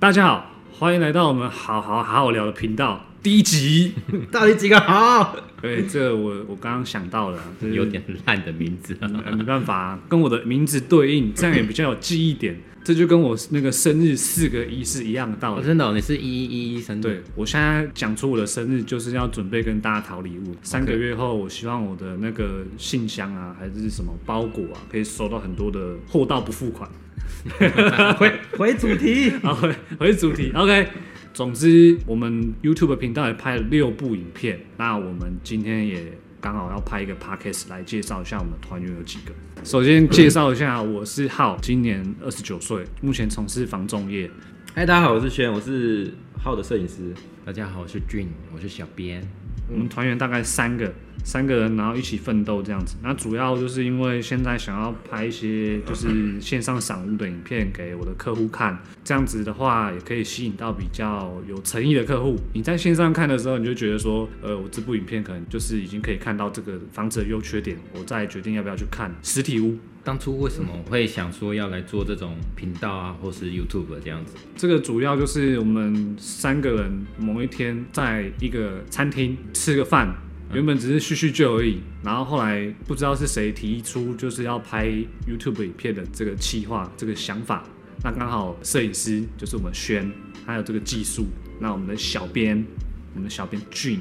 大家好，欢迎来到我们好好聊的频道第一集。 到底几个好？ 对，这个我刚刚想到了，就是有点烂的名字没办法，跟我的名字对应，这样也比较有记忆点。这就跟我那个生日4个1是一样的道理。 真的你是1111生日？ 对，我现在讲出我的生日，就是要准备跟大家讨礼物。3个月后，我希望我的那个信箱啊，还是什么包裹啊，可以收到很多的货到不付款。 回主题， 好，回主题。OK， 总之我们 YouTube 频道也拍了6部影片，那我们今天也刚好要拍一个 Podcast 来介绍一下我们的团员有几个。首先介绍一下，我是浩，今年29岁，目前从事房仲业。 嗨，大家好，我是轩，我是浩的摄影师。 大家好，我是俊，我是小编。 我们团员大概3个人，然后一起奋斗这样子。那主要就是因为现在想要拍一些就是线上赏屋的影片给我的客户看，这样子的话也可以吸引到比较有诚意的客户。你在线上看的时候，你就觉得说，我这部影片可能就是已经可以看到这个房子的优缺点，我再决定要不要去看实体屋。 当初为什么会想说要来做这种频道啊，或是 YouTube 这样子？ 这个主要就是我们3个人某一天在一个餐厅吃个饭，原本只是叙叙旧而已，然后后来不知道是谁提出就是要拍 YouTube 影片的这个企划，这个想法。那刚好摄影师就是我们轩，还有这个技术，那我们的小编俊。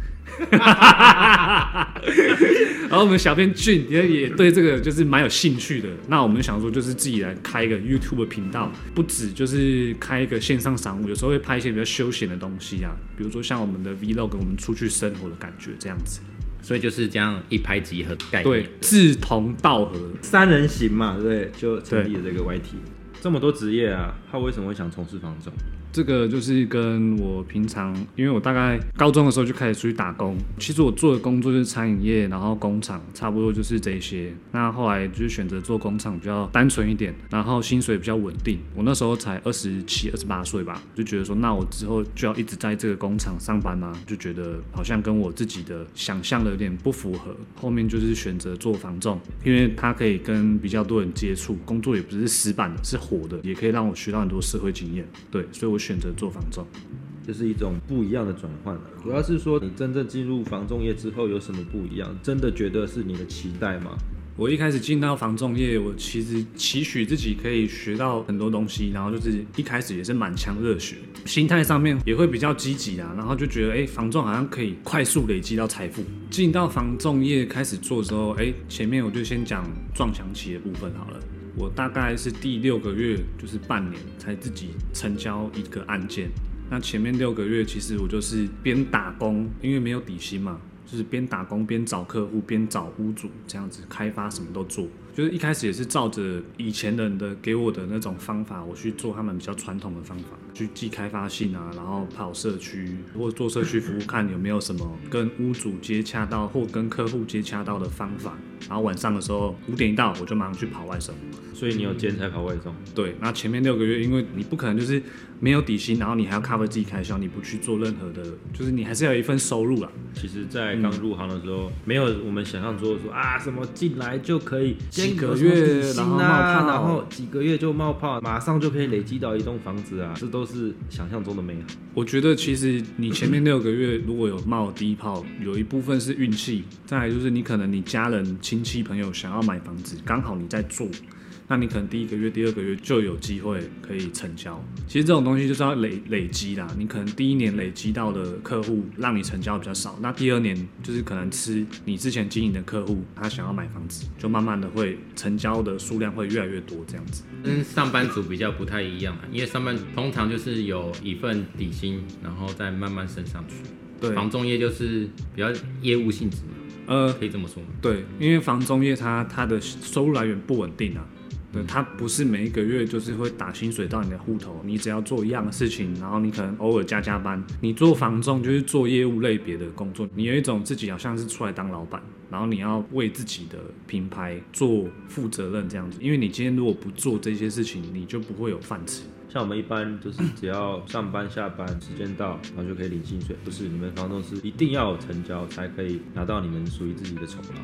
然后我们小编俊也对这个就是蛮有兴趣的，那我们想说就是自己来开一个 YouTube 频道，不止就是开一个线上商务，有时候会拍一些比较休闲的东西啊，比如说像我们的 Vlog， 我们出去生活的感觉这样子。 所以就是这样一拍即合的概念， 对，志同道合 ，3人行嘛，对不对？就成立了这个 YT。这么多职业啊，他为什么会想从事房仲？ 这个就是跟我平常，因为我大概高中的时候就开始出去打工。其实我做的工作就是餐饮业，然后工厂，差不多就是这些。那后来就是选择做工厂比较单纯一点，然后薪水比较稳定。我那时候才27、28岁吧，就觉得说，那我之后就要一直在这个工厂上班吗？就觉得好像跟我自己的想象的有点不符合。后面就是选择做房仲，因为它可以跟比较多人接触，工作也不是死板的，是活的，也可以让我学到很多社会经验。对，所以我选择做房仲， 这是一种不一样的转换。主要是说你真正进入房仲业之后有什么不一样？真的觉得是你的期待吗？ 我一开始进到房仲业，我其实期许自己可以学到很多东西，然后就是一开始也是满腔热血，心态上面也会比较积极啊，然后就觉得房仲好像可以快速累积到财富。进到房仲业开始做之后，前面我就先讲撞墙期的部分好了。我大概是第6个月，就是半年才自己成交一个案件。那前面6个月，其实我就是边打工，因为没有底薪嘛，就是边打工边找客户，边找屋主，这样子开发什么都做。就是一开始也是照着以前人的给我的那种方法，我去做他们比较传统的方法，去寄开发信啊，然后跑社区或做社区服务，看有没有什么跟屋主接洽到或跟客户接洽到的方法。然后晚上的时候5点一到，我就马上去跑外送。 所以你有兼差跑外送？ 对，那前面6个月，因为你不可能就是没有底薪，然后你还要 cover 自己开销，你不去做任何的，就是你还是要有一份收入啦。 其实，在刚入行的时候，没有我们想象中的说啊，什么进来就可以几个月然后冒泡， 然后几个月就冒泡，马上就可以累积到一栋房子啊，这都是想象中的美好。 我觉得其实你前面6个月如果有冒第一泡，有一部分是运气，再来就是你可能你家人、亲戚、朋友想要买房子，刚好你在做。那你可能第1个月、第2个月就有机会可以成交。其实这种东西就是要累积啦。你可能第1年累积到的客户让你成交比较少，那第2年就是可能吃你之前经营的客户，他想要买房子，就慢慢的会成交的数量会越来越多这样子。 跟上班族比较不太一样，因为上班通常就是有一份底薪，然后再慢慢升上去。 对， 房仲业就是比较业务性质嘛，可以这么说吗？ 对，因为房仲业它的收入来源不稳定啊。对，它不是每一个月就是会打薪水到你的户头，你只要做一样的事情，然后你可能偶尔加班。你做房仲就是做业务类别的工作，你有一种自己好像是出来当老板，然后你要为自己的品牌做负责任这样子。因为你今天如果不做这些事情，你就不会有饭吃。 像我们一般就是只要上班下班时间到，然后就可以领薪水，不是？你们房东是一定要有成交才可以拿到你们属于自己的酬劳。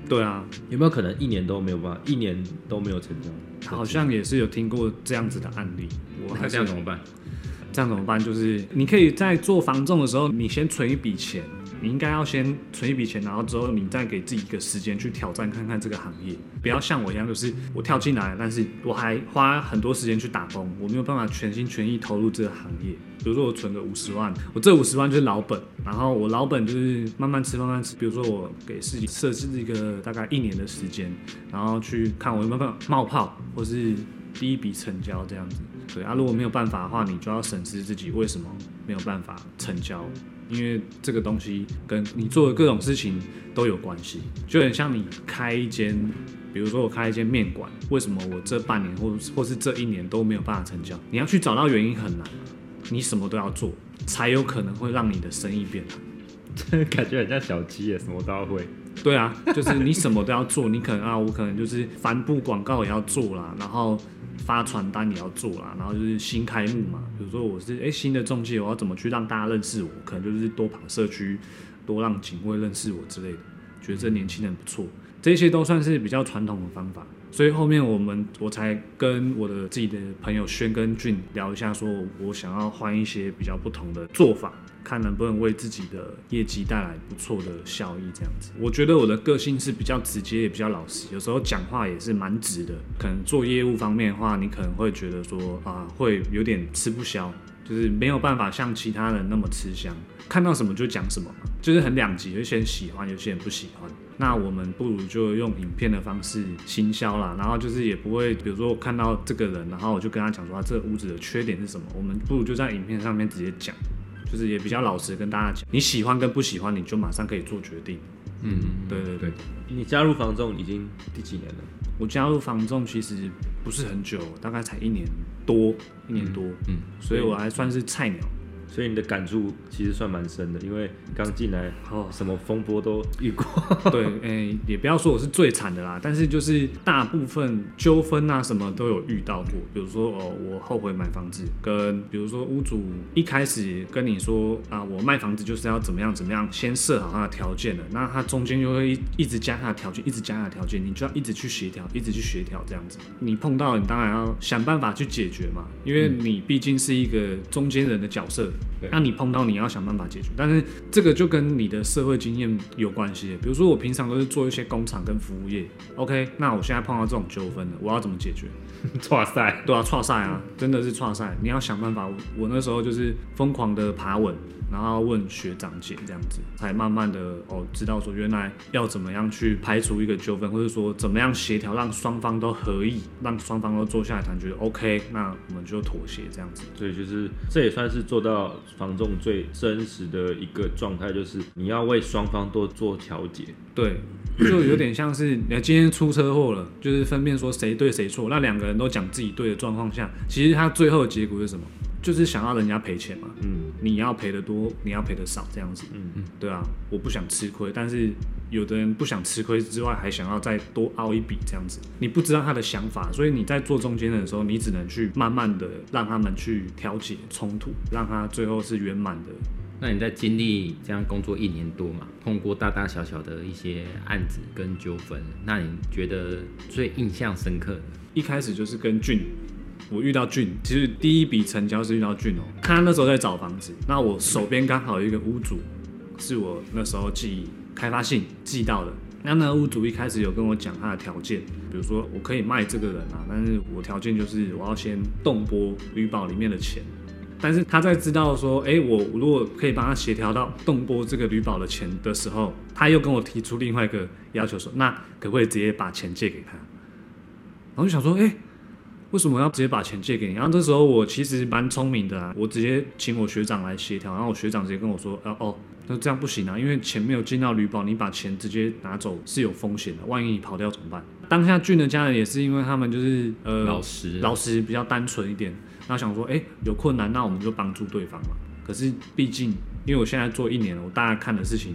对啊， 有没有可能一年都没有办法，一年都没有成交？ 好像也是有听过这样子的案例。我还那是这样怎么办？ 这样怎么办？就是你可以在做房仲的时候，你先存一笔钱，你应该要先存一笔钱，然后之后你再给自己一个时间去挑战看看这个行业，不要像我一样，就是我跳进来，但是我还花很多时间去打工，我没有办法全心全意投入这个行业。比如说我存个50万，我这50万就是老本，然后我老本就是慢慢吃慢慢吃。比如说我给自己设置一个大概1年的时间，然后去看我有没有办法冒泡，或是第一笔成交这样子。对啊，如果没有办法的话，你就要审视自己为什么没有办法成交，因为这个东西跟你做的各种事情都有关系。就很像你开一间，比如说我开一间面馆，为什么我这半年或是这1年都没有办法成交？你要去找到原因很难，你什么都要做，才有可能会让你的生意变好。 感觉很像小鸡耶，什么都要会。 对啊，就是你什么都要做，你可能我可能就是帆布广告也要做啦，然后发传单也要做啦，然后就是新开幕嘛，比如说我是新的中介，我要怎么去让大家认识我？可能就是多跑社区，多让警卫认识我之类的，觉得这年轻人不错，这些都算是比较传统的方法。所以后面我才跟我的自己的朋友轩跟俊聊一下，说我想要换一些比较不同的做法，看能不能为自己的业绩带来不错的效益。这样子，我觉得我的个性是比较直接，也比较老实，有时候讲话也是蛮直的。可能做业务方面的话，你可能会觉得说会有点吃不消，就是没有办法像其他人那么吃香，看到什么就讲什么，就是很两极，有些人喜欢，有些人不喜欢。那我们不如就用影片的方式行销啦，然后就是也不会，比如说我看到这个人，然后我就跟他讲说这个屋子的缺点是什么，我们不如就在影片上面直接讲，就是也比较老实的跟大家讲，你喜欢跟不喜欢，你就马上可以做决定。对对对。 你加入房仲已经第几年了？ 我加入房仲其实不是很久，大概才1年多，所以我还算是菜鸟。 所以你的感触其实算蛮深的，因为刚进来什么风波都遇过。 对，也不要说我是最惨的啦，但是就是大部分纠纷啊什么都有遇到过。比如说我后悔买房子，跟比如说屋主一开始跟你说我卖房子就是要怎么样怎么样，先设好他的条件了，那他中间就会一直加他的条件，一直加他的条件，你就要一直去协调，一直去协调这样子。你碰到你当然要想办法去解决嘛，因为你毕竟是一个中间人的角色。那你碰到你要想办法解决，但是这个就跟你的社会经验有关系。比如说我平常都是做一些工厂跟服务业 ，OK， 那我现在碰到这种纠纷了，我要怎么解决？ 挫赛， 对啊，挫赛啊，真的是挫赛。你要想办法。我那时候就是疯狂的爬文，然后问学长姐这样子，才慢慢的知道说原来要怎么样去排除一个纠纷，或者说怎么样协调让双方都合意，让双方都坐下来谈，觉得 OK， 那我们就妥协这样子。 所以就是这也算是做到房仲最真实的一个状态，就是你要为双方都做调解。 对，就有点像是你今天出车祸了，就是分辨说谁对谁错，那2个人都讲自己对的状况下，其实他最后的结果是什么？就是想要人家赔钱嘛，你要赔的多，你要赔的少，这样子，对啊，我不想吃亏，但是有的人不想吃亏之外，还想要再多凹一笔，这样子，你不知道他的想法，所以你在做中间人的时候，你只能去慢慢的让他们去调解冲突，让他最后是圆满的。 那你在经历这样工作1年多嘛，碰过大大小小的一些案子跟纠纷，那你觉得最印象深刻的？ 一开始就是跟俊。我遇到俊，其实第一笔成交是遇到俊他那时候在找房子，那我手边刚好有一个屋主，是我那时候寄开发信寄到的。那个屋主一开始有跟我讲他的条件，比如说我可以卖这个人但是我条件就是我要先动拨旅保里面的钱。但是他在知道说，我如果可以帮他协调到动拨这个旅保的钱的时候，他又跟我提出另外一个要求说，那可不可以直接把钱借给他？然后就想说，为什么要直接把钱借给你？然后这时候我其实蛮聪明的我直接请我学长来协调，然后我学长直接跟我说，那这样不行因为钱没有进到旅保，你把钱直接拿走是有风险的，万一你跑掉怎么办？当下俊的家人也是因为他们就是老实比较单纯一点，然后想说，有困难那我们就帮助对方嘛。可是毕竟因为我现在做1年了，我大概看的事情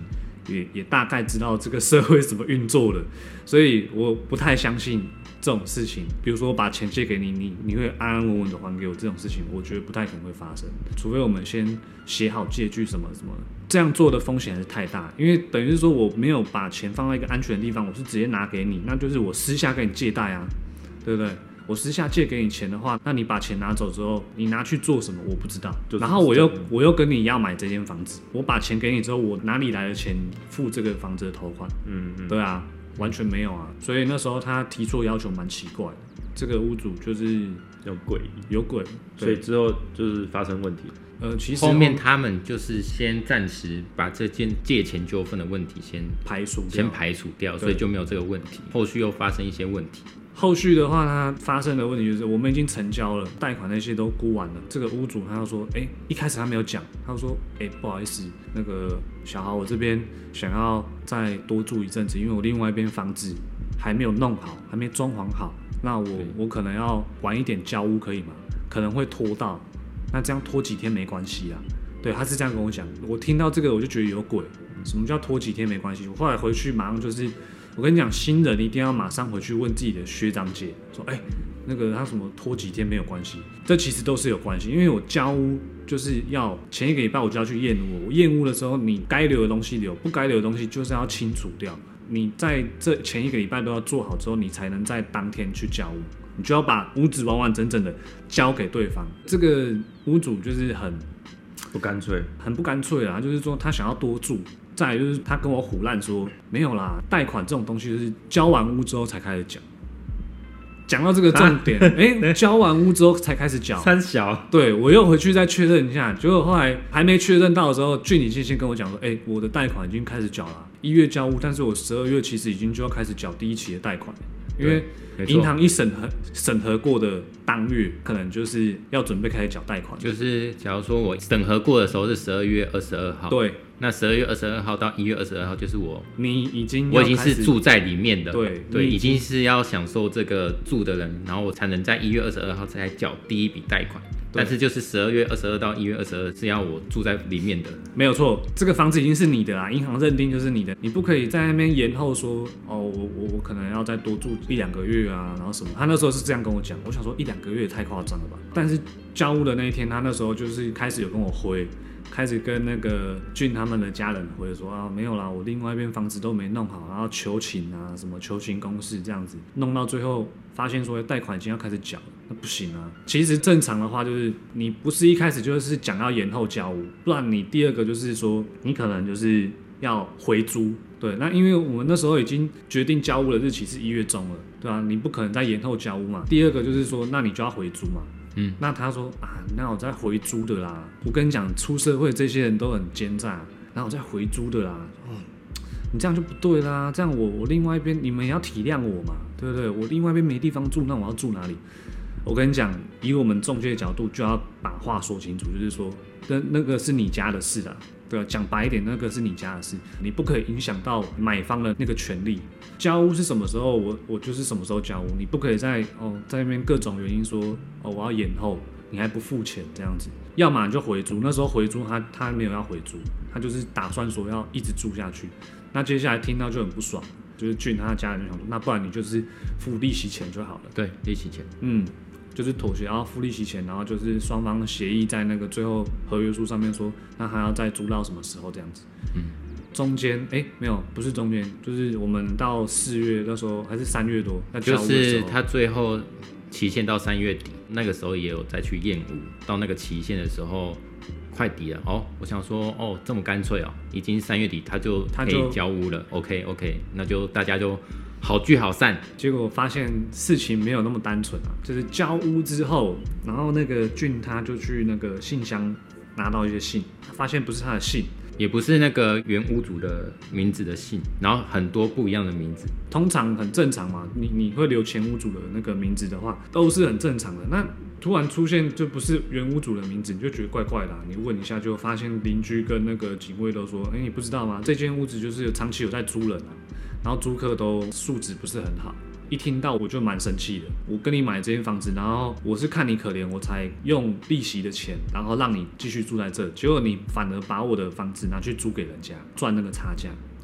也大概知道这个社会怎么运作的，所以我不太相信这种事情。比如说我把钱借给你，你会安安稳稳的还给我，这种事情我觉得不太可能会发生，除非我们先写好借据什么什么的。这样做的风险还是太大，因为等于是说我没有把钱放在一个安全的地方，我是直接拿给你，那就是我私下跟你借贷啊，对不对？我私下借给你钱的话，那你把钱拿走之后，你拿去做什么我不知道。然后我又跟你要买这间房子，我把钱给你之后，我哪里来的钱付这个房子的头款？对啊，完全没有啊。所以那时候他提出的要求蛮奇怪的，这个屋主就是有鬼， 所以之后就是发生问题。 其实后面他们就是先暂时把这件借钱纠纷的问题先排除掉， 所以就没有这个问题。后续又发生一些问题。 后续的话，它发生的问题就是我们已经成交了，贷款那些都估完了。这个屋主他就说，一开始他没有讲，他就说，不好意思，那个小豪，我这边想要再多住一阵子，因为我另外一边房子还没有弄好，还没装潢好，那我可能要晚一点交屋，可以吗？可能会拖到，那这样拖几天没关系啊。对，他是这样跟我讲。我听到这个我就觉得有鬼，什么叫拖几天没关系？我后来回去马上就是。我跟你讲，新人一定要马上回去问自己的学长姐，说，那个他什么拖几天没有关系，这其实都是有关系，因为我交屋就是要前一个礼拜我就要去验屋，我验屋的时候，你该留的东西留，不该留的东西就是要清除掉。你在这前一个礼拜都要做好之后，你才能在当天去交屋，你就要把屋子完完整整的交给对方。这个屋主就是很不干脆啦，就是说他想要多住。再来就是他跟我唬烂说没有啦，贷款这种东西就是交完屋之后才开始缴。讲到这个重点，交完屋之后才开始缴， 三小。 对，我又回去再确认一下，结果后来还没确认到的时候，俊你先跟我讲说，我的贷款已经开始缴了，1月交屋，但是我12月其实已经就要开始缴第一期的贷款，因为银行一审核过的当月，可能就是要准备开始缴贷款。 就是假如说我审核过的时候是12月22号， 对。 那12月22号到1月22号就是我已经是住在里面的，对，已经是要享受这个住的人，然后我才能在1月22号才缴第一笔贷款。但是就是12月22到1月22是要我住在里面的， 没有错，这个房子已经是你的啦，银行认定就是你的，你不可以在那边延后说，我可能要再多住1-2个月啊，然后什么。他那时候是这样跟我讲，我想说1-2个月也太夸张了吧。但是交屋的那一天，他那时候就是开始有跟我回。开始跟那个俊他们的家人回说啊，没有啦，我另外一边房子都没弄好，然后求情啊，什么求情公示这样子，弄到最后发现说贷款已经要开始缴了，那不行啊。其实正常的话就是你不是一开始就是讲要延后交屋，不然你第二个就是说你可能就是要回租。对，那因为我们那时候已经决定交屋的日期是1月中了，对啊，你不可能再延后交屋嘛。第二个就是说，那你就要回租嘛。那他说啊，那我再回租的啦。我跟你讲，出社会这些人都很奸诈，然后我再回租的啦。你这样就不对啦，这样我另外一边你们也要体谅我嘛，对不对？我另外一边没地方住，那我要住哪里？我跟你讲，以我们中介的角度，就要把话说清楚，就是说，那个是你家的事啦。对啊，讲白一点，那个是你家的事，你不可以影响到买方的那个权利。交屋是什么时候，我就是什么时候交屋，你不可以在那边各种原因说我要延后，你还不付钱这样子，要么你就回租。那时候回租他没有要回租，他就是打算说要一直住下去。那接下来听到就很不爽，就是俊他的家人就想说，那不然你就是付利息钱就好了。 对，利息钱。 就是妥协，然后付利息钱，然后就是双方协议在那个最后合约书上面说，那还要再租到什么时候这样子。中间没有，不是中间，就是我们到4月那时候还是3月多要交屋的时候， 就是他最后期限到3月底，那个时候也有再去验屋，到那个期限的时候快抵了我想说这么干脆已经3月底他就可以交屋了 ，OK， 那就大家就好聚好散。 结果发现事情没有那么单纯就是交屋之后，然后那个俊他就去那个信箱拿到一些信，发现不是他的信， 也不是那个原屋主的名字的信，然后很多不一样的名字。 通常很正常嘛，你会留前屋主的那个名字的话，都是很正常的。那突然出现就不是原屋主的名字，你就觉得怪怪的你问一下，就发现邻居跟那个警卫都说，你不知道吗？这间屋子就是长期有在租人然后租客都素质不是很好。一听到我就蛮生气的，我跟你买这间房子，然后我是看你可怜，我才用利息的钱，然后让你继续住在这，结果你反而把我的房子拿去租给人家，赚那个差价，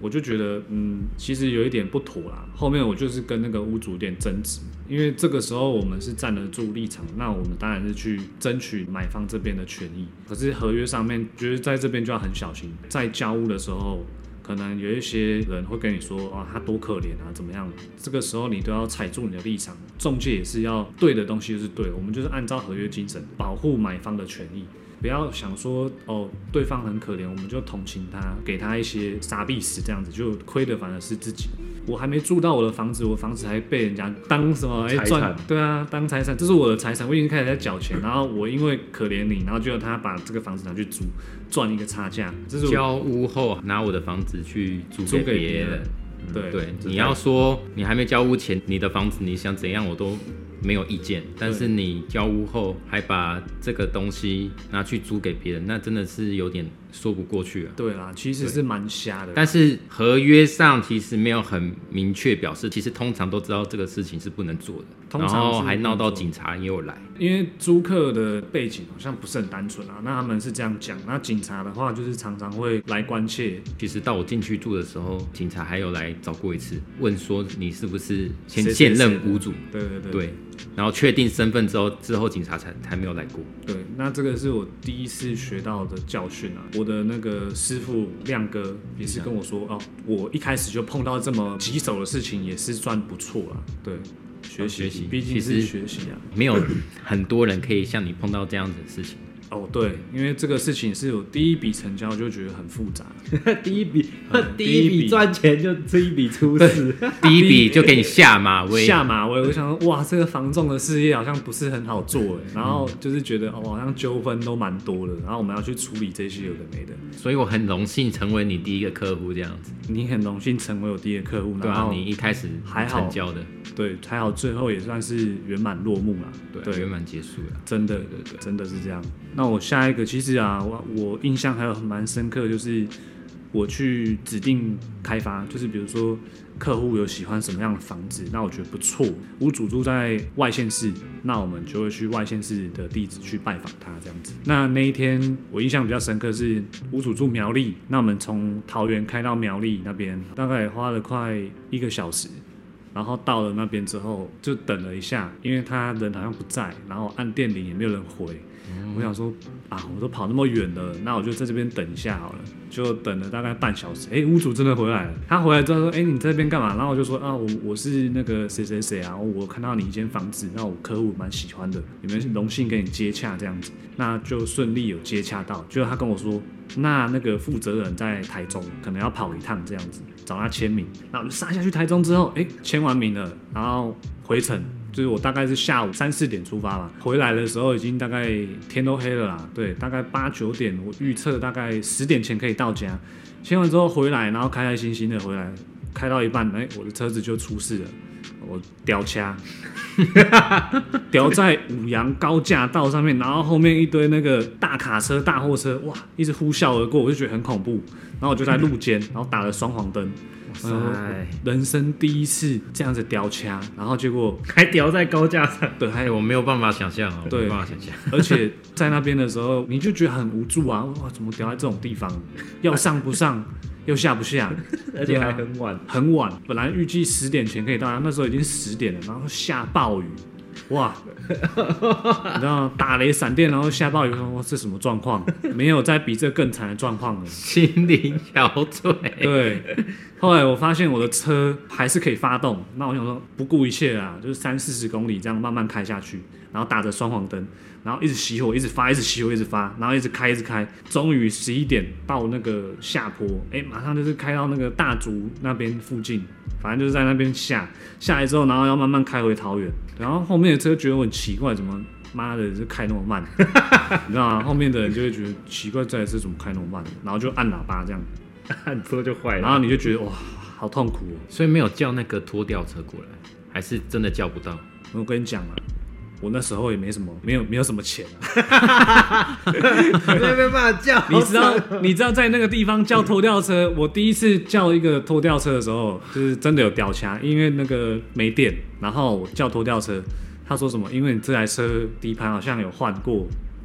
我就觉得其实有一点不妥啦。后面我就是跟那个屋主有点争执，因为这个时候我们是站得住立场，那我们当然是去争取买方这边的权益。可是合约上面，觉得在这边就要很小心，在交屋的时候。可能有一些人会跟你说啊，他多可怜啊，怎么样？这个时候你都要踩住你的立场，中介也是要对的东西就是对，我们就是按照合约精神保护买方的权益，不要想说哦对方很可怜，我们就同情他，给他一些傻逼死这样子，就亏的反而是自己。我还没住到我的房子，我房子还被人家当什么财产？ 对啊，当财产，这是我的财产，我已经开始在缴钱，然后我因为可怜你，然后就他把这个房子拿去租，赚一个差价。这是交屋后拿我的房子去租给别人。对，你要说你还没交屋前，你的房子你想怎样我都没有意见，但是你交屋后还把这个东西拿去租给别人，那真的是有点说不过去了。 对啦，其实是蛮瞎的。 但是合约上其实没有很明确表示，其实通常都知道这个事情是不能做的，然后还闹到警察也有来。 因为租客的背景好像不是很单纯啊，那他们是这样讲，那警察的话就是常常会来关切。 其实到我进去住的时候，警察还有来找过一次，问说你是不是现任屋主？对。然后确定身份之后警察才没有来过。 对，那这个是我第一次学到的教训啊。我的那个师傅亮哥也是跟我说，哦，我一开始就碰到这么棘手的事情，也是算不错啦。对，学习，毕竟是学习啊。 没有很多人可以像你碰到这样子的事情。 哦，对，因为这个事情是我第一笔成交就觉得很复杂， 第一笔赚钱就这一笔出事， 第一笔就给你下马威。 我想说，哇，这个房仲的事业好像不是很好做哎，然后就是觉得好像纠纷都蛮多的，然后我们要去处理这些有的没的。 所以我很荣幸成为你第一个客户这样子。 你很荣幸成为我第一个客户， 对啊，你一开始成交的， 对，还好最后也算是圆满落幕啦， 对，圆满结束了， 真的，真的是这样。那我下一个其实啊，我印象还有蛮深刻，就是我去指定开发，就是比如说客户有喜欢什么样的房子，那我觉得不错，屋主住在外县市，那我们就会去外县市的地址去拜访他这样子。那一天我印象比较深刻是屋主住苗栗，那我们从桃园开到苗栗那边，大概花了快1个小时。然后到了那边之后，就等了一下，因为他人好像不在，然后按电铃也没有人回。我想说啊，我都跑那么远了，那我就在这边等一下好了。就等了大概半小时，屋主真的回来了。他回来之后说，你在这边干嘛？然后我就说啊，我是那个谁谁谁啊，我看到你一间房子，那我客户蛮喜欢的，有没有荣幸跟你接洽这样子？那就顺利有接洽到。结果他跟我说，那个负责人在台中，可能要跑一趟这样子，找他签名。那我就杀下去台中之后，签完名了，然后回程。就是我大概是下午3、4点出发吧，回来的时候已经大概天都黑了啦，对，大概8、9点，我预测大概10点前可以到家。签完之后回来，然后开开心心的回来，开到一半，我的车子就出事了，我掉掐，掉在五杨高架道上面，然后后面一堆那个大卡车、大货车，哇，一直呼啸而过，我就觉得很恐怖。然后我就在路肩，然后打了双黄灯。人生第一次这样子吊掐，然后结果还吊在高架上， 对， 我没有办法想象啊， 对， 没办法想象。 而且在那边的时候，你就觉得很无助啊，哇，怎么吊在这种地方？要上不上，又下不下， 而且还很晚， 很晚。本来预计10点前可以到家，那时候已经10点了，然后下暴雨。哇，你知道打雷闪电，然后下暴雨，哇，这什么状况？没有再比这更惨的状况了， 心灵憔悴。 对，后来我发现我的车还是可以发动，那我想说不顾一切啦，就是30、40公里这样慢慢开下去，然后打着双黄灯，然后一直熄火，一直发，一直熄火，一直发，然后一直开，一直开，终于11点到那个下坡，马上就是开到那个大竹那边附近。反正就是在那边下来之后，然后要慢慢开回桃园，然后后面的车觉得我很奇怪，怎么妈的就开那么慢，你知道吗？后面的人就会觉得奇怪，这台车怎么开那么慢，然后就按喇叭这样， 按车就坏了， 然后你就觉得哇，好痛苦哦。 所以没有叫那个拖吊车过来，还是真的叫不到？ 我跟你讲啊，我那时候也没有什么钱啊， 没办法叫。 你知道在那个地方叫拖吊车，我第一次叫一个拖吊车的时候，就是真的有吊掐，因为那个没电，然后我叫拖吊车，他说什么？因为你这台车底盘好像有换过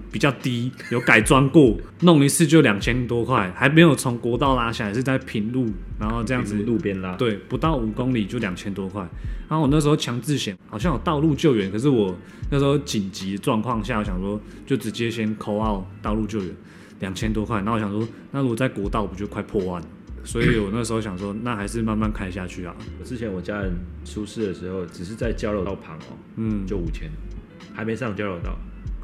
比较低，有改装过，弄一次就2000多块，还没有从国道拉下来，是在平路，然后这样子路边拉， 对，不到5公里就2000多块。然后我那时候强制险好像有道路救援，可是我那时候紧急状况下，我想说就直接先 call out 道路救援，2000多块。然后我想说，那如果在国道不就快破万了？所以我那时候想说，那还是慢慢开下去啊。 之前我家人出事的时候，只是在交流道旁就5000，还没上交流道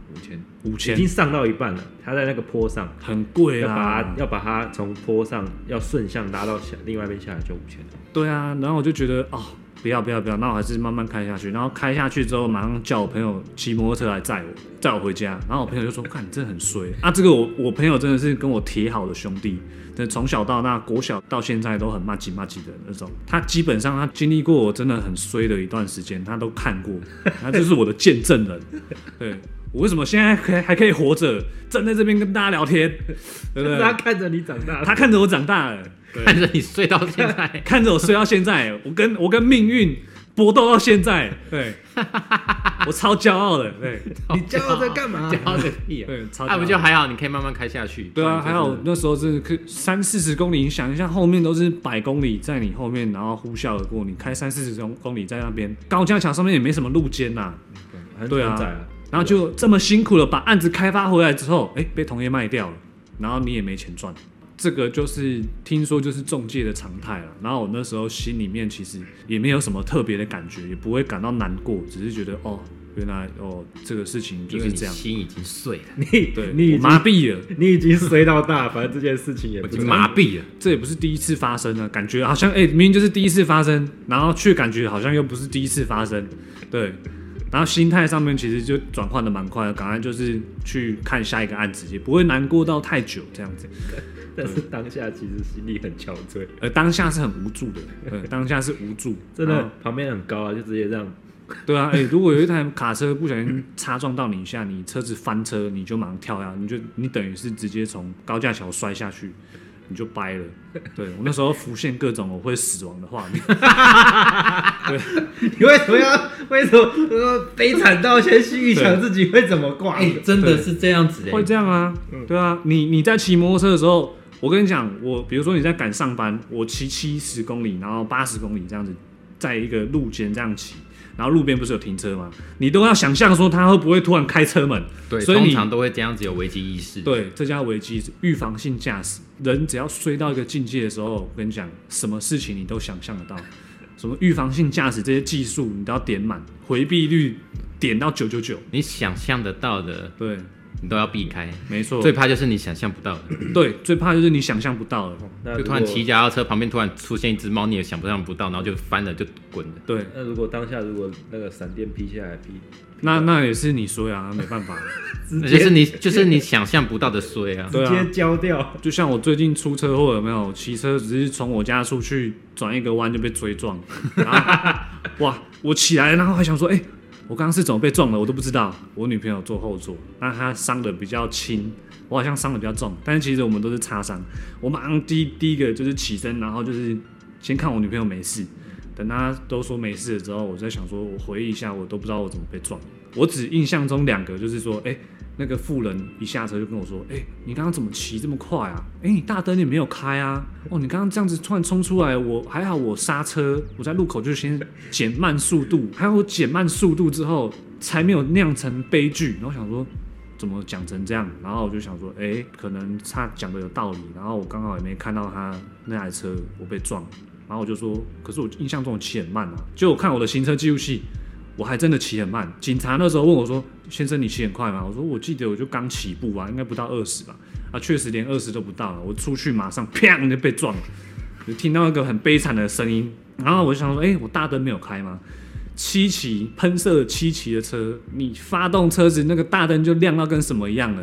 ，5000已经上到一半了。他在那个坡上， 很贵啊， 要把它从坡上要顺向拉到另外一边下来就5000。 对啊，然后我就觉得不要，那我还是慢慢开下去。然后开下去之后，马上叫我朋友骑摩托车来载我回家。然后我朋友就说：“看你真的很衰啊！”这个我朋友真的是跟我铁好的兄弟，从小到大，国小到现在都很麻吉的那种。他基本上他经历过我真的很衰的一段时间，他都看过，他就是我的见证人。对，我为什么现在还可以活着站在这边跟大家聊天，对不对？ 他看着你长大， 他看着我长大了。 看着你睡到现在， 看着我睡到现在，我跟命运搏斗到现在，对，我超骄傲的，对， 你骄傲在干嘛？ 骄傲个屁啊！ 对， 不就还好，你可以慢慢开下去。 对啊，还好那时候是30-40公里，你想一下，后面都是100公里在你后面，然后呼啸而过，你开30-40公里在那边，高架桥上面也没什么路肩呐，对啊，然后就这么辛苦了把案子开发回来之后，被同业卖掉了，然后你也没钱赚。这个就是听说就是仲介的常态了，然后我那时候心里面其实也没有什么特别的感觉，也不会感到难过，只是觉得原来这个事情就是这样。 因为你心已经碎了， 你麻痹了， 你已经衰到大，反正这件事情也已经麻痹了。 这也不是第一次发生了，感觉好像明明就是第一次发生，然后却感觉好像又不是第一次发生，对。然后心态上面其实就转换的蛮快的，赶快就是去看下一个案子，也不会难过到太久这样子。 但是当下其实心里很憔悴， 当下是很无助的，当下是无助， 真的旁边很高啊，就直接这样。 对啊，如果有一台卡车不小心擦撞到你一下，你车子翻车，你就马上跳下，你等于是直接从高架桥摔下去。你就掰了，对我那时候浮现各种我会死亡的画面。 对，你为什么悲惨到先去预想自己会怎么挂？ 真的是这样子， 会这样啊？对啊，你在骑摩托车的时候，我跟你讲，比如说你在赶上班，我骑70公里，然后80公里这样子，在一个路肩这样骑。然后路边不是有停车吗？你都要想象说他会不会突然开车门， 对，所以通常都会这样子有危机意识。 对，这叫危机意识，预防性驾驶。人只要衰到一个境界的时候，我跟你讲，什么事情你都想象得到。什么预防性驾驶这些技术你都要点满，回避率点到999。 你想象得到的， 对， 你都要避开。 没错， 最怕就是你想象不到的。 对，最怕就是你想象不到的。 就突然骑脚踏车旁边突然出现一只猫，你也想不到，然后就翻了就滚了。 对， 那如果当下那个闪电劈下来那也是你衰啊，没办法， 就是你想象不到的衰啊， 直接焦掉。 就像我最近出车祸有没有？骑车只是从我家出去转一个弯就被追撞，然后哇，我起来然后还想说，我刚刚是怎么被撞了？我都不知道。我女朋友坐后座，那她伤的比较轻，我好像伤的比较重，但是其实我们都是擦伤。我马上第一个就是起身，然后就是先看我女朋友没事。等她都说没事了之后，我在想说，我回忆一下，我都不知道我怎么被撞。我只印象中2个，就是说，那个妇人一下车就跟我说，你刚刚怎么骑这么快啊？你大灯也没有开啊？你刚刚这样子突然冲出来，还好我刹车，我在路口就先减慢速度，还有我减慢速度之后才没有酿成悲剧。然后想说怎么讲成这样，然后我就想说，可能他讲的有道理，然后我刚好也没看到他那台车我被撞。然后我就说，可是我印象中我骑很慢啊，就我看我的行车记录器，我还真的骑很慢。警察那时候问我说：“先生，你骑很快吗？”我说：“我记得我就刚起步啊，应该不到20吧。”确实连20都不到了。我出去马上砰就被撞了，就听到一个很悲惨的声音。然后我就想说：“我大灯没有开吗？”喷射7期的车，你发动车子那个大灯就亮到跟什么一样了。而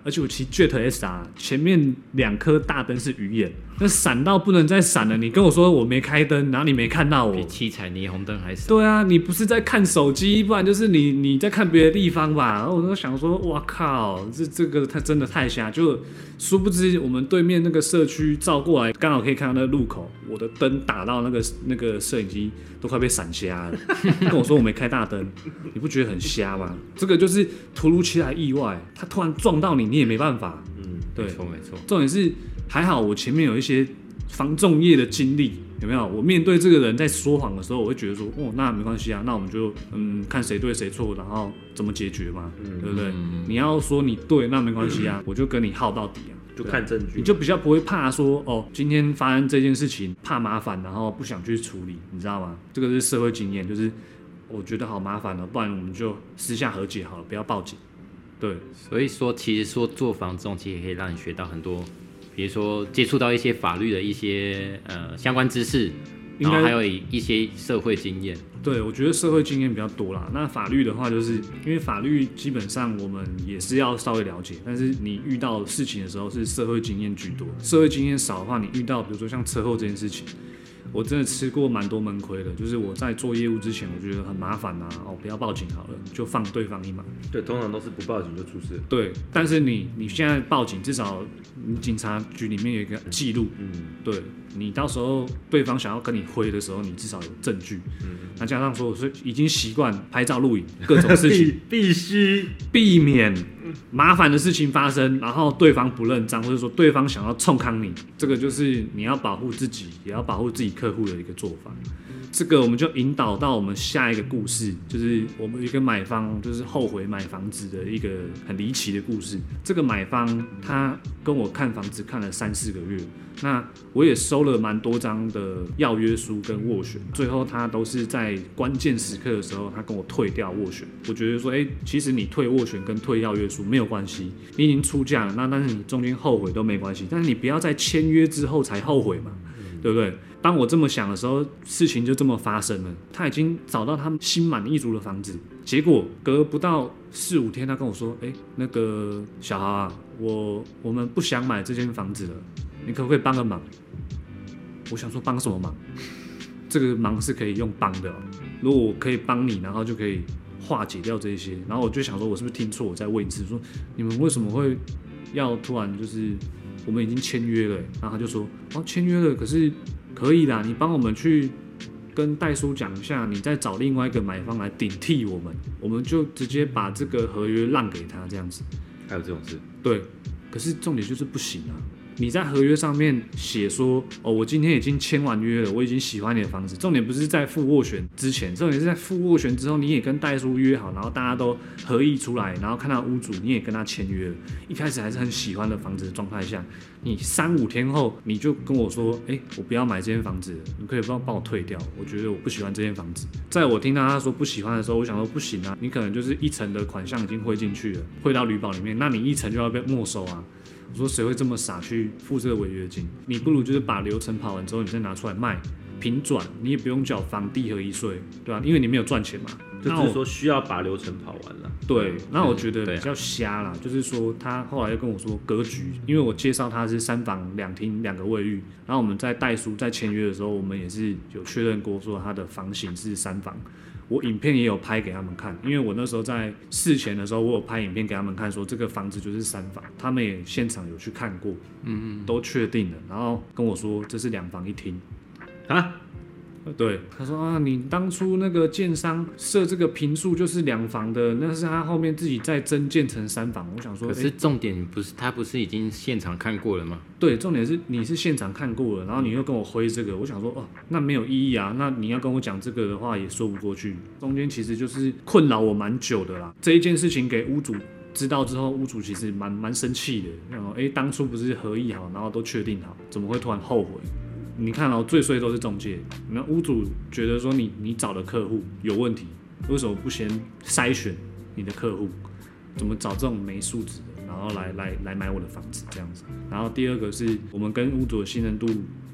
而且我骑 Jet SR 前面2颗大灯是鱼眼，那闪到不能再闪了。你跟我说我没开灯，然后你没看到我， 比七彩霓虹灯还闪。 对啊，你不是在看手机，不然就是你在看别的地方吧。然后我就想说，哇靠，这个它真的太瞎。就殊不知我们对面那个社区照过来，刚好可以看到那个路口，我的灯打到那个摄影机都快被闪瞎了。跟我说我没开大灯，你不觉得很瞎吗？这个就是突如其来意外，他突然撞到你，你也没办法。对， 没错。 重点是还好我前面有一些防重业的经历，有没有？我面对这个人在说谎的时候，我会觉得说，哦，那没关系啊，那我们就看谁对谁错，然后怎么解决嘛，对不对？你要说你对，那没关系啊，我就跟你耗到底啊。 就看证据， 你就比较不会怕说哦，今天发生这件事情怕麻烦，然后不想去处理，你知道吗？这个是社会经验，就是我觉得好麻烦了，不然我们就私下和解好了，不要报警。对， 所以说其实说做房仲，其实也可以让你学到很多，比如说接触到一些法律的一些相关知识，然后还有一些社会经验。 对，我觉得社会经验比较多啦。那法律的话，就是因为法律基本上我们也是要稍微了解，但是你遇到事情的时候是社会经验居多。社会经验少的话，你遇到比如说像车祸这件事情，我真的吃过蛮多闷亏的。就是我在做业务之前，我觉得很麻烦啊，不要报警好了，就放对方一马。 对，通常都是不报警就出事。 对，但是你现在报警，至少你警察局里面有一个记录，对，你到时候对方想要跟你挥的时候，你至少有证据。那加上说，我是已经习惯拍照录影各种事情， 必须避免麻烦的事情发生，然后对方不认账，或者说对方想要冲康你，这个就是你要保护自己，也要保护自己客户的一个做法。这个我们就引导到我们下一个故事，就是我们一个买方就是后悔买房子的一个很离奇的故事。这个买方他跟我看房子看了3-4个月，那我也收了蛮多张的要约书跟斡旋，最后他都是在关键时刻的时候，他跟我退掉斡旋。我觉得说，其实你退斡旋跟退要约书没有关系，你已经出价了，但是你中间后悔都没关系，但是你不要在签约之后才后悔嘛，对不对？当我这么想的时候，事情就这么发生了。他已经找到他们心满意足的房子，结果隔不到4-5天，他跟我说：“那个小豪啊，我们不想买这间房子了，你可不可以帮个忙？”我想说帮什么忙？这个忙是可以用帮的哦。如果我可以帮你，然后就可以化解掉这些。然后我就想说，我是不是听错？我再问一次，说你们为什么会要突然就是我们已经签约了？然后他就说：“哦，签约了，可是。”可以啦，你帮我们去跟代书讲一下，你再找另外一个买方来顶替我们，我们就直接把这个合约让给他，这样子。 还有这种事？ 对，可是重点就是不行啊！你在合约上面写说，我今天已经签完约了，我已经喜欢你的房子。重点不是在付斡旋之前，重点是在付斡旋之后，你也跟代书约好，然后大家都合意出来，然后看到屋主，你也跟他签约了。一开始还是很喜欢的房子的状态下，你3-5天后你就跟我说，我不要买这间房子了，你可以帮我退掉，我觉得我不喜欢这间房子。在我听到他说不喜欢的时候，我想说不行啊，你可能就是1层的款项已经汇进去了，汇到履保里面，那你1层就要被没收啊。我说谁会这么傻去付这个违约金？你不如就是把流程跑完之后，你再拿出来卖，平转，你也不用缴房地合一税，对吧？因为你没有赚钱嘛。 就是说需要把流程跑完了。 对，那我觉得比较瞎啦，就是说他后来又跟我说格局，因为我介绍他是3房2厅2个卫浴，然后我们在代书在签约的时候，我们也是有确认过说他的房型是3房。我影片也有拍给他们看，因为我那时候在事前的时候，我有拍影片给他们看，说这个房子就是3房，他们也现场有去看过，都确定了，然后跟我说这是2房1厅啊。对，他说啊，你当初那个建商设这个坪数就是2房的，那是他后面自己再增建成3房。我想说， 可是重点他不是已经现场看过了吗？ 对，重点是你是现场看过了，然后你又跟我挥这个，我想说那没有意义啊，那你要跟我讲这个的话也说不过去。中间其实就是困扰我蛮久的啦。这一件事情给屋主知道之后，屋主其实蛮生气的，然后当初不是合意好，然后都确定好，怎么会突然后悔？你看最衰都是中介，那屋主觉得说你找的客户有问题，为什么不先筛选你的客户？怎么找这种没素质的，然后来买我的房子这样子？然后第二个是我们跟屋主的信任度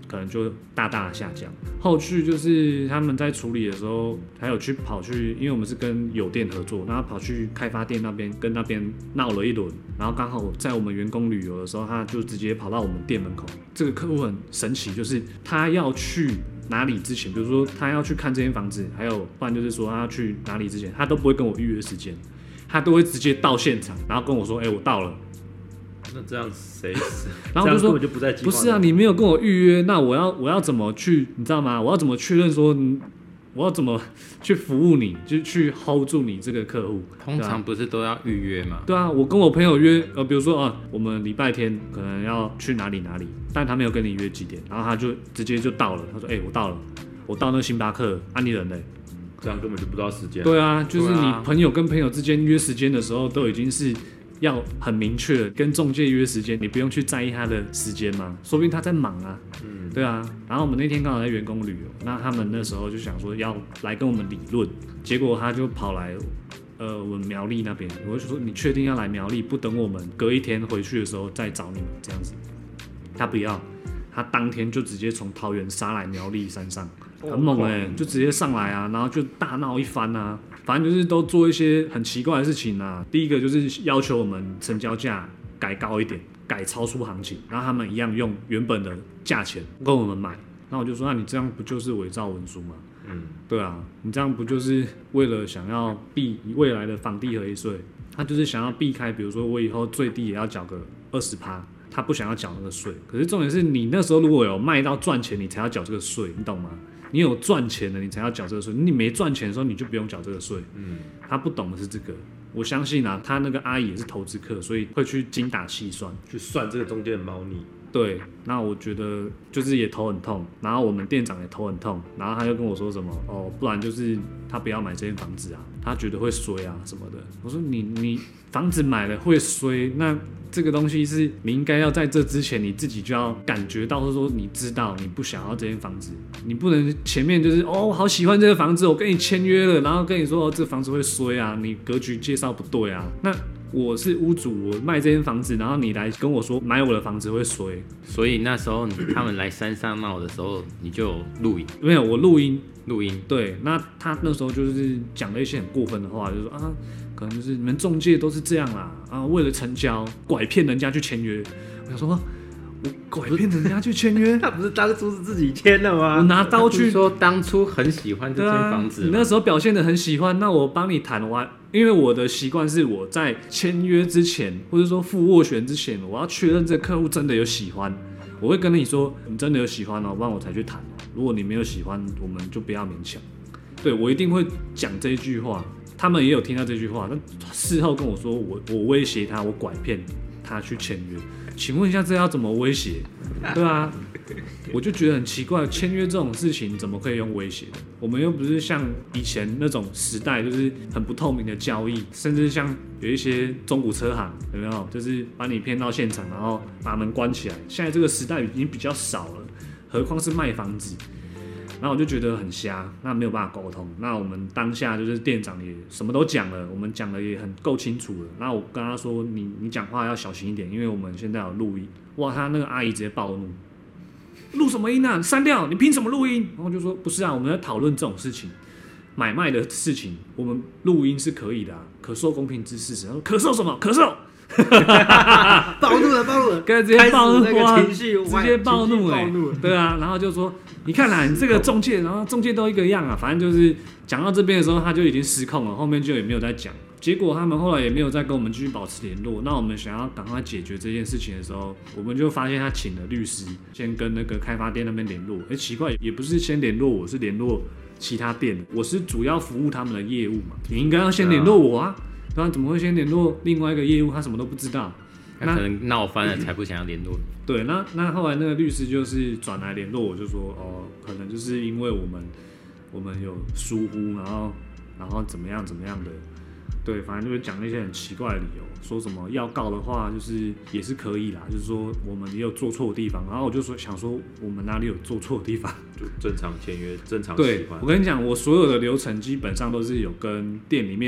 可能就大大的下降。后续就是他们在处理的时候，还有跑去，因为我们是跟友店合作，然后跑去开发店那边跟那边闹了一轮，然后刚好在我们员工旅游的时候，他就直接跑到我们店门口。这个客户很神奇，就是他要去哪里之前，比如说他要去看这间房子，还有不然就是说他要去哪里之前，他都不会跟我预约时间，他都会直接到现场，然后跟我说：“我到了。” 那这样谁？ 然后就说就不在计划。 不是啊，你没有跟我预约，那我要怎么去？你知道吗？我要怎么确认说我要怎么去服务你，就去 hold 住你这个客户？ 通常不是都要预约吗？ 对啊，我跟我朋友约，比如说我们礼拜天可能要去哪里，但他没有跟你约几点，然后他就直接就到了。他说：“我到了，我到那星巴克，你人嘞？” 这样根本就不知道时间。 对啊，就是你朋友跟朋友之间约时间的时候，都已经是要很明确的跟仲介约时间，你不用去在意他的时间嘛，说不定他在忙啊。对啊。然后我们那天刚好在员工旅游，那他们那时候就想说要来跟我们理论，结果他就跑来我们苗栗那边，我就说你确定要来苗栗，不等我们隔一天回去的时候再找你们这样子？他不要，他当天就直接从桃园杀来苗栗山上，很猛就直接上来啊，然后就大闹一番啊。反正就是都做一些很奇怪的事情啊。第一个就是要求我们成交价改高一点，改超出行情，然后他们一样用原本的价钱跟我们买。那我就说，那你这样不就是伪造文书吗？对啊，你这样不就是为了想要避未来的房地合一税？他就是想要避开，比如说我以后最低也要缴个20%，他不想要缴那个税。可是重点是你那时候如果有卖到赚钱，你才要缴这个税，你懂吗？你有赚钱了，你才要缴这个税。你没赚钱的时候，你就不用缴这个税。他不懂的是这个。我相信啊，他那个阿姨也是投资客，所以会去精打细算， 去算这个中间的猫腻。 对，那我觉得就是也头很痛，然后我们店长也头很痛，然后他就跟我说什么不然就是他不要买这间房子啊，他觉得会衰啊什么的。我说你房子买了会衰，那这个东西是你应该要在这之前你自己就要感觉到，或者说你知道你不想要这间房子，你不能前面就是我好喜欢这个房子，我跟你签约了，然后跟你说这个房子会衰啊，你格局介绍不对啊，那我是屋主，我卖这间房子，然后你来跟我说买我的房子会衰， 所以那时候他们来山上闹的时候，你就有录影？ 没有，我录音。 对， 那他那时候就是讲了一些很过分的话，就是说可能就是你们仲介都是这样啦，为了成交拐骗人家去签约。我想说，我拐骗人家去签约？ 他不是当初是自己签的吗？ 我拿刀去说当初很喜欢这间房子， 你那时候表现得很喜欢，那我帮你谈完。因为我的习惯是我在签约之前，或者说付斡旋之前，我要确认这个客户真的有喜欢，我会跟你说你真的有喜欢不然我才去谈。如果你没有喜欢，我们就不要勉强。对，我一定会讲这一句话，他们也有听到这句话，但事后跟我说我威胁他，我拐骗他去签约。请问一下，这要怎么威胁？对啊，我就觉得很奇怪，签约这种事情怎么可以用威胁的？我们又不是像以前那种时代，就是很不透明的交易，甚至像有一些中古车行，有没有？就是把你骗到现场，然后把门关起来。现在这个时代已经比较少了，何况是卖房子。然后我就觉得很瞎，那没有办法沟通。那我们当下就是店长也什么都讲了，我们讲的也很够清楚了。那我跟他说，你讲话要小心一点，因为我们现在有录音。哇，他那个阿姨直接暴怒，录什么音啊？删掉！你凭什么录音？然后就说不是啊，我们在讨论这种事情，买卖的事情，我们录音是可以的可受公平之事实。他说可受什么？可受！ 暴怒了， 直接暴怒， 情绪直接暴怒对啊，然后就说你看啦，你这个中介，然后中介都一个样啊，反正就是讲到这边的时候，他就已经失控了，后面就也没有再讲。结果他们后来也没有再跟我们继续保持联络。那我们想要赶快解决这件事情的时候，我们就发现他请了律师，先跟那个开发店那边联络。奇怪，也不是先联络我，是联络其他店，我是主要服务他们的业务嘛，你应该要先联络我啊。不然怎么会先联络另外一个业务？他什么都不知道， 他可能闹翻了才不想要联络。 对，那后来那个律师就是转来联络我，就说可能就是因为我们有疏忽，然后怎么样的，对，反正就会讲一些很奇怪的理由，说什么要告的话就是也是可以啦，就是说我们也有做错的地方。然后我就想说我们哪里有做错的地方？ 就正常签约，正常喜欢。 对，我跟你讲，我所有的流程基本上都是有跟店里面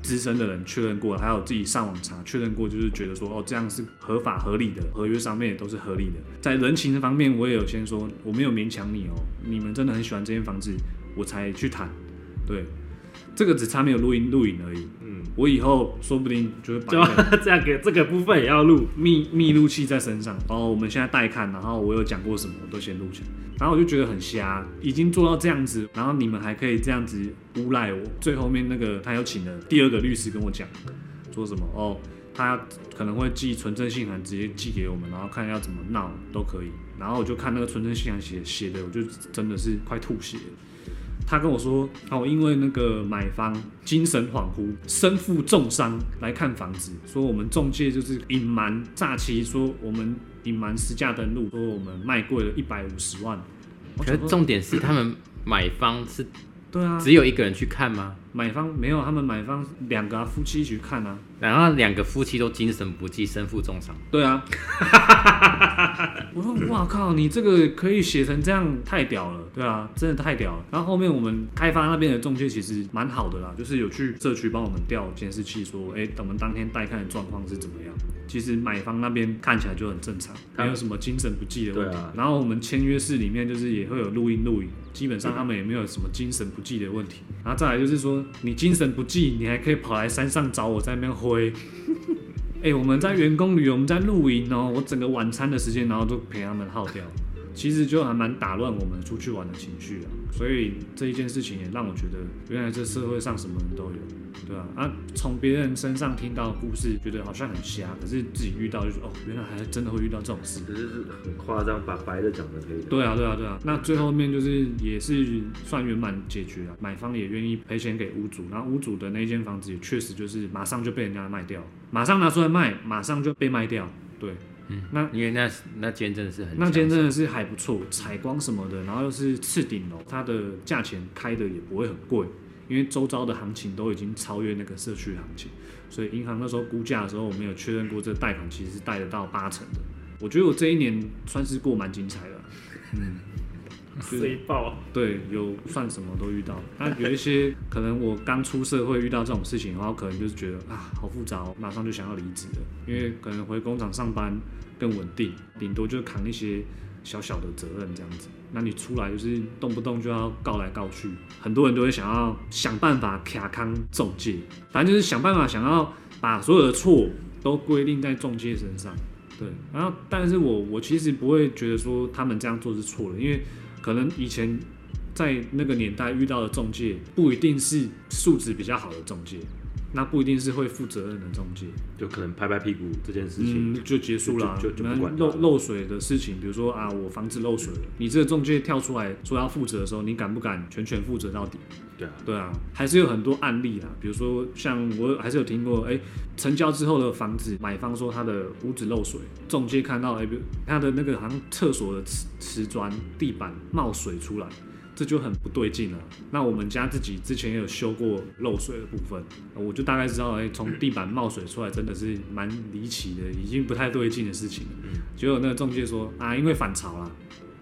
资深的人确认过，还有自己上网查确认过，就是觉得说这样是合法合理的，合约上面也都是合理的。在人情的方面，我也有先说我没有勉强你你们真的很喜欢这间房子，我才去谈。对，这个只差没有录影而已。我以后说不定就会把这样给这个部分也要录密录器在身上。我们现在带看，然后我有讲过什么，我都先录起来。然后我就觉得很瞎，已经做到这样子，然后你们还可以这样子诬赖我。最后面那个他有请了第2个律师跟我讲，说什么他可能会寄存证信函直接寄给我们，然后看要怎么闹都可以。然后我就看那个存证信函写的，我就真的是快吐血了。他跟我说，因为那个买方精神恍惚、身负重伤来看房子，说我们仲介就是隐瞒诈欺，说我们隐瞒实价登录，说我们卖贵了150万。 可是重点是他们买方是， 对啊， 只有1个人去看吗？ 买方没有，他们买方2个夫妻一起去看啊， 然后2个夫妻都精神不济，身负重伤。 对啊，我说哇靠，你这个可以写成这样，太屌了，对啊，真的太屌了。然后后面我们开发那边的仲介其实蛮好的啦，就是有去社区帮我们调监视器，说我们当天带看的状况是怎么样。其实买方那边看起来就很正常，没有什么精神不济的问题。然后我们签约室里面就是也会有录音，基本上他们也没有什么精神不济的问题。然后再来就是说，你精神不济，你还可以跑来山上找我在那边挥。我们在员工旅游，我们在露营我整个晚餐的时间，然后都陪他们耗掉，其实就还蛮打乱我们出去玩的情绪啊。所以这一件事情也让我觉得，原来这社会上什么人都有，对啊，从别人身上听到的故事，觉得好像很瞎，可是自己遇到就说原来还真的会遇到这种事， 只是很夸张，把白的讲的可以。 对啊。那最后面就是也是算圆满解决啊，买方也愿意赔钱给屋主，然后屋主的那间房子也确实就是马上就被人家卖掉，马上拿出来卖，马上就被卖掉，对。 那因为那间真的是很， 那间真的是还不错，采光什么的，然后又是次顶楼，它的价钱开的也不会很贵，因为周遭的行情都已经超越那个社区行情，所以银行那时候估价的时候，我们有确认过这贷款其实是贷得到80%的。我觉得我这一年算是过蛮精彩的， 衰爆， 对，有算什么都遇到。那有一些可能我刚出社会遇到这种事情的话，我可能就是觉得好复杂马上就想要离职了，因为可能回工厂上班更稳定，顶多就扛一些小小的责任这样子。那你出来就是动不动就要告来告去，很多人都会想办法卡康仲介，反正就是想办法想要把所有的错都归定在仲介身上。对，然后但是我其实不会觉得说他们这样做是错的，因为可能以前在那个年代遇到的仲介不一定是素质比较好的仲介，那不一定是会负责任的仲介， 就可能拍拍屁股这件事情就结束了， 就不管漏水的事情，比如说我房子漏水了，你这个仲介跳出来说要负责的时候，你敢不敢全负责到底？对啊，还是有很多案例啦，比如说像我还是有听过，成交之后的房子，买方说他的屋子漏水，仲介看到他的那个好像厕所的瓷砖地板冒水出来，这就很不对劲了。那我们家自己之前也有修过漏水的部分，我就大概知道，从地板冒水出来真的是蛮离奇的，已经不太对劲的事情了。结果那个仲介说因为反潮啦。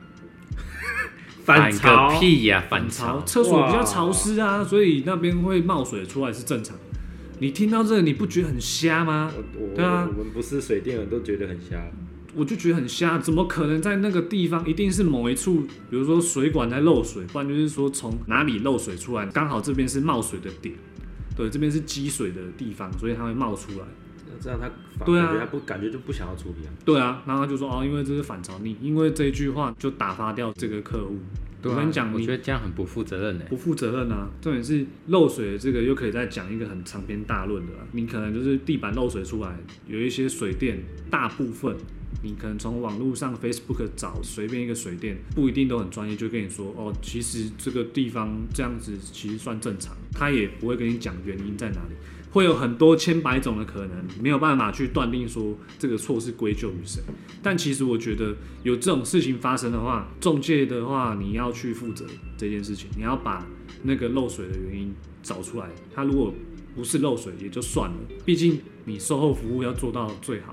反个屁呀！反潮， 厕所比较潮湿啊，所以那边会冒水出来是正常。你听到这个，你不觉得很瞎吗？对啊， 我们不是水电人都觉得很瞎。 我就觉得很瞎，怎么可能在那个地方一定是某一处，比如说水管在漏水，不然就是说从哪里漏水出来，刚好这边是冒水的点，对，这边是积水的地方，所以它会冒出来。 这样他感觉就不想要处理啊。 对啊，然后他就说因为这是反潮，你因为这一句话就打发掉这个客户。我跟你讲， 我觉得这样很不负责任不负责任啊！重点是漏水的这个又可以再讲一个很长篇大论的啦。你可能就是地板漏水出来，有一些水电，大部分你可能从网络上 Facebook 找随便一个水电，不一定都很专业，就跟你说其实这个地方这样子其实算正常，他也不会跟你讲原因在哪里。会有很多千百种的可能，没有办法去断定说这个错是归咎于谁。但其实我觉得有这种事情发生的话，仲介的话你要去负责这件事情，你要把那个漏水的原因找出来。他如果不是漏水也就算了，毕竟你售后服务要做到最好。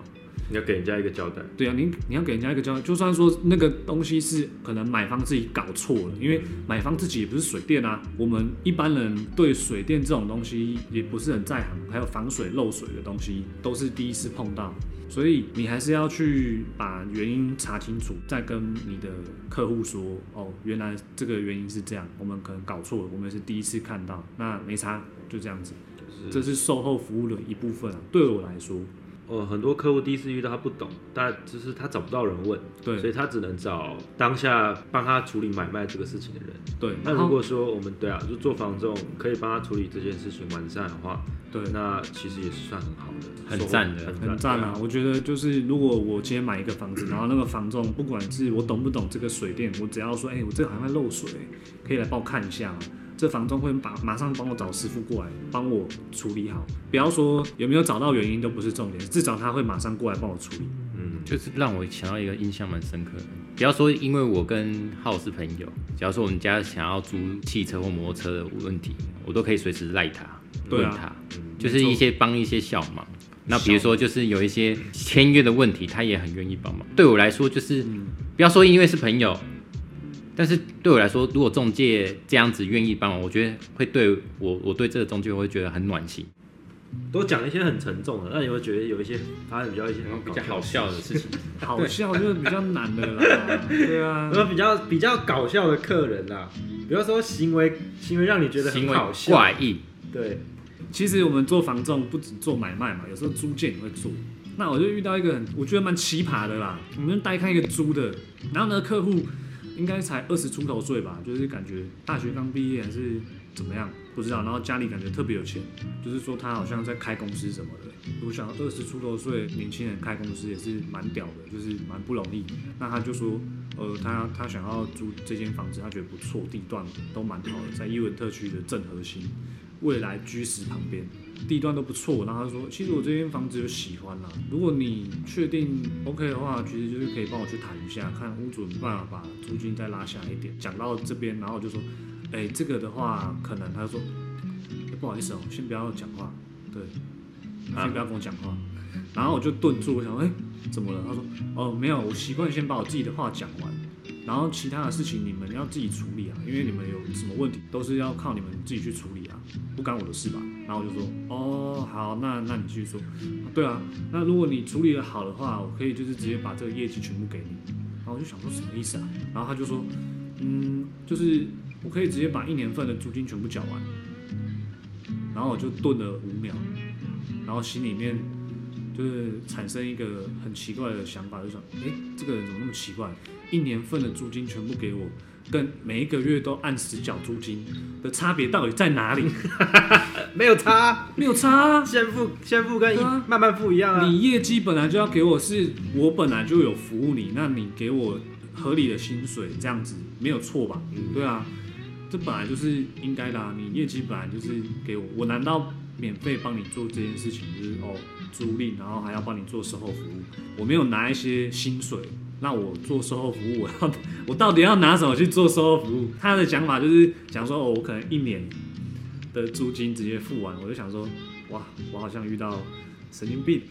你要给人家一个交代。 对啊，你要给人家一个交代，就算说那个东西是可能买方自己搞错了，因为买方自己也不是水电啊，我们一般人对水电这种东西也不是很在行，还有防水漏水的东西都是第一次碰到。所以你还是要去把原因查清楚，再跟你的客户说，哦，原来这个原因是这样，我们可能搞错了，我们是第一次看到，那没差，就这样子。这是售后服务的一部分啊，对我来说。 很多客户第一次遇到他不懂，但就是他找不到人问， 对， 所以他只能找当下帮他处理买卖这个事情的人。 对， 那如果说我们就做房仲可以帮他处理这件事情完善的话，对，那其实也是算很好的， 很赞的， 很赞啊！我觉得就是如果我今天买一个房子，然后那个房仲不管是我懂不懂这个水电，我只要说，我这个好像漏水，可以来帮我看一下吗？这房仲会马上帮我找师傅过来帮我处理好，不要说有没有找到原因都不是重点，至少他会马上过来帮我处理。 就是让我想到一个印象蛮深刻的。不要说因为我跟浩是朋友，假如说我们家想要租汽车或摩托车的问题，我都可以随时赖他问他，就是帮一些小忙。那比如说就是有一些签约的问题，他也很愿意帮忙。对我来说就是不要说因为是朋友。但是对我来说，如果仲介这样子愿意帮忙，我觉得会对我对这个仲介我会觉得很暖心。 都讲一些很沉重的，那你会觉得有一些发生比较好笑的事情？ 好笑就是比较难的啦，对啊， 比较搞笑的客人啦，比如说行为让你觉得很好笑、 怪异。 对， 其实我们做房仲不只做买卖嘛，有时候租借也会做。那我就遇到一个我觉得蛮奇葩的啦，我们带看一个租的，然后呢客户。应该才20出头岁吧，就是感觉大学刚毕业还是怎么样，不知道。然后家里感觉特别有钱，就是说他好像在开公司什么的。我想20出头岁年轻人开公司也是蛮屌的，就是蛮不容易。那他就说，他想要租这间房子，他觉得不错，地段都蛮好的，在艺文特区的正核心，未来居石旁边。地段都不错，然后他说，其实我这间房子有喜欢啦，如果你确定 OK 的话，其实就是可以帮我去谈一下，看屋主有没有办法把租金再拉下一点。讲到这边，然后我就说，这个的话可能他就说，不好意思先不要讲话，对，先不要跟我讲话。然后我就顿住，我想说，怎么了？他说，没有，我习惯先把我自己的话讲完，然后其他的事情你们要自己处理啊，因为你们有什么问题都是要靠你们自己去处理啊，不干我的事吧。然后我就说，好，那你继续说。对啊，那如果你处理的好的话，我可以就是直接把这个业绩全部给你。然后我就想说什么意思啊？然后他就说，就是我可以直接把1年份的租金全部缴完。然后我就顿了5秒，然后心里面就是产生一个很奇怪的想法，就想，这个人怎么那么奇怪？1年份的租金全部给我，跟每一个月都按时缴租金的差别到底在哪里？ 没有差，先付跟慢慢付一样啊。 你业绩本来就要给我，是我本来就有服务你，那你给我合理的薪水，这样子没有错吧？对啊，这本来就是应该的啊。你业绩本来就是给我，我难道免费帮你做这件事情？就是租赁，然后还要帮你做售后服务，我没有拿一些薪水。那我做售后服务，我到底要拿什么去做售后服务？他的讲法就是讲说，我可能1年的租金直接付完，我就想说，哇，我好像遇到神经病。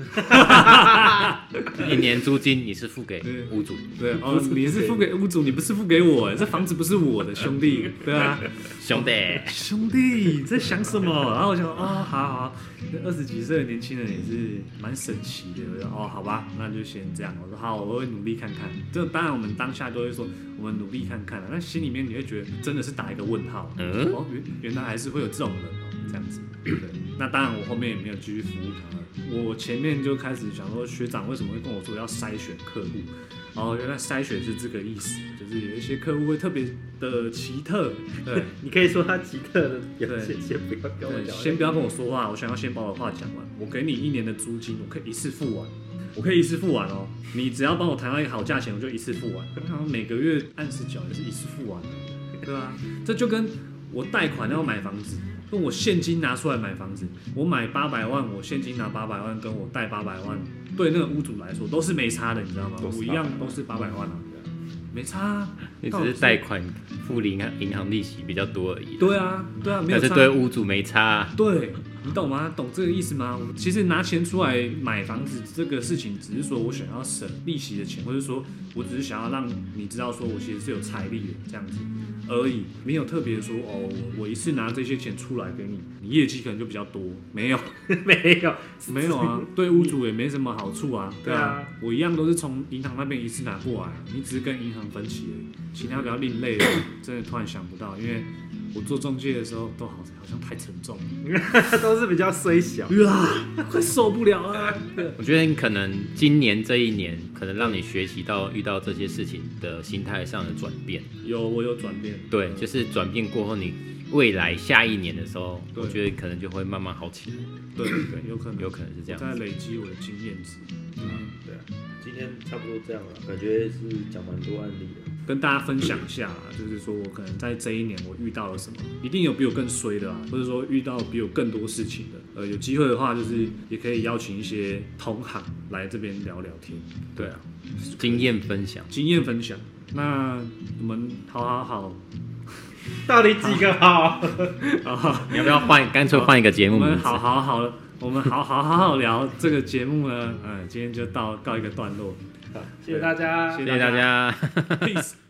1年租金你是付给屋主， 对你是付给屋主，你不是付给我，这房子不是我的，兄弟，对啊， 兄弟在想什么？然后我想，好，20几岁的年轻人也是蛮神奇的。我就好吧，那就先这样。我说好，我会努力看看。这当然我们当下都会说我们努力看看，但心里面你会觉得真的是打一个问号。原来还是会有这种人这样子。对，那当然我后面也没有继续服务他了。我前面就开始想说，学长为什么会跟我说要筛选客户？原来筛选是这个意思，就是有一些客户会特别的奇特。对， 你可以说他奇特的表现，先不要跟我讲， 先不要跟我说话，我想要先把我的话讲完。我给你1年的租金，我可以一次付完，哦。你只要帮我谈到一个好价钱，我就一次付完。我想每个月按时缴也是一次付完，对吧？这就跟我贷款要买房子。跟我现金拿出来买房子，我买800万，我现金拿800万，跟我贷800万，对那个屋主来说都是没差的，你知道吗？我一样都是800万啊，没差啊。 你只是贷款付银行利息比较多而已。 对啊，没有差。 但是对屋主没差啊。 对， 你懂吗？懂这个意思吗？其实拿钱出来买房子这个事情，只是说我想要省利息的钱，或者说我只是想要让你知道说我其实是有财力的这样子而已，没有特别说哦，我一次拿这些钱出来给你，你业绩可能就比较多，没有，没有啊，对屋主也没什么好处啊，对啊，我一样都是从银行那边一次拿过来，你只是跟银行分期而已，其他比较另类的，真的突然想不到，因为我做中介的时候都好像太沉重了， 都是比较虽小， 快受不了了。 我觉得你可能今年这一年，可能让你学习到遇到这些事情的心态上的转变。 我有转变。 对，就是转变过后，你未来下一年的时候，我觉得可能就会慢慢好起来。 对，有可能是这样。 在累积我的经验值。 对啊，今天差不多这样了，感觉是讲蛮多案例的。 跟大家分享一下，就是说我可能在这一年我遇到了什么，一定有比我更衰的或者说遇到比我更多事情的。有机会的话，就是也可以邀请一些同行来这边聊聊天。 对啊，经验分享。 那我们好， 到底几个好？ 你要不要干脆换一个节目？ 我们我们好聊这个节目呢。今天就告一个段落。 谢谢大家， 谢谢大家。 Peace。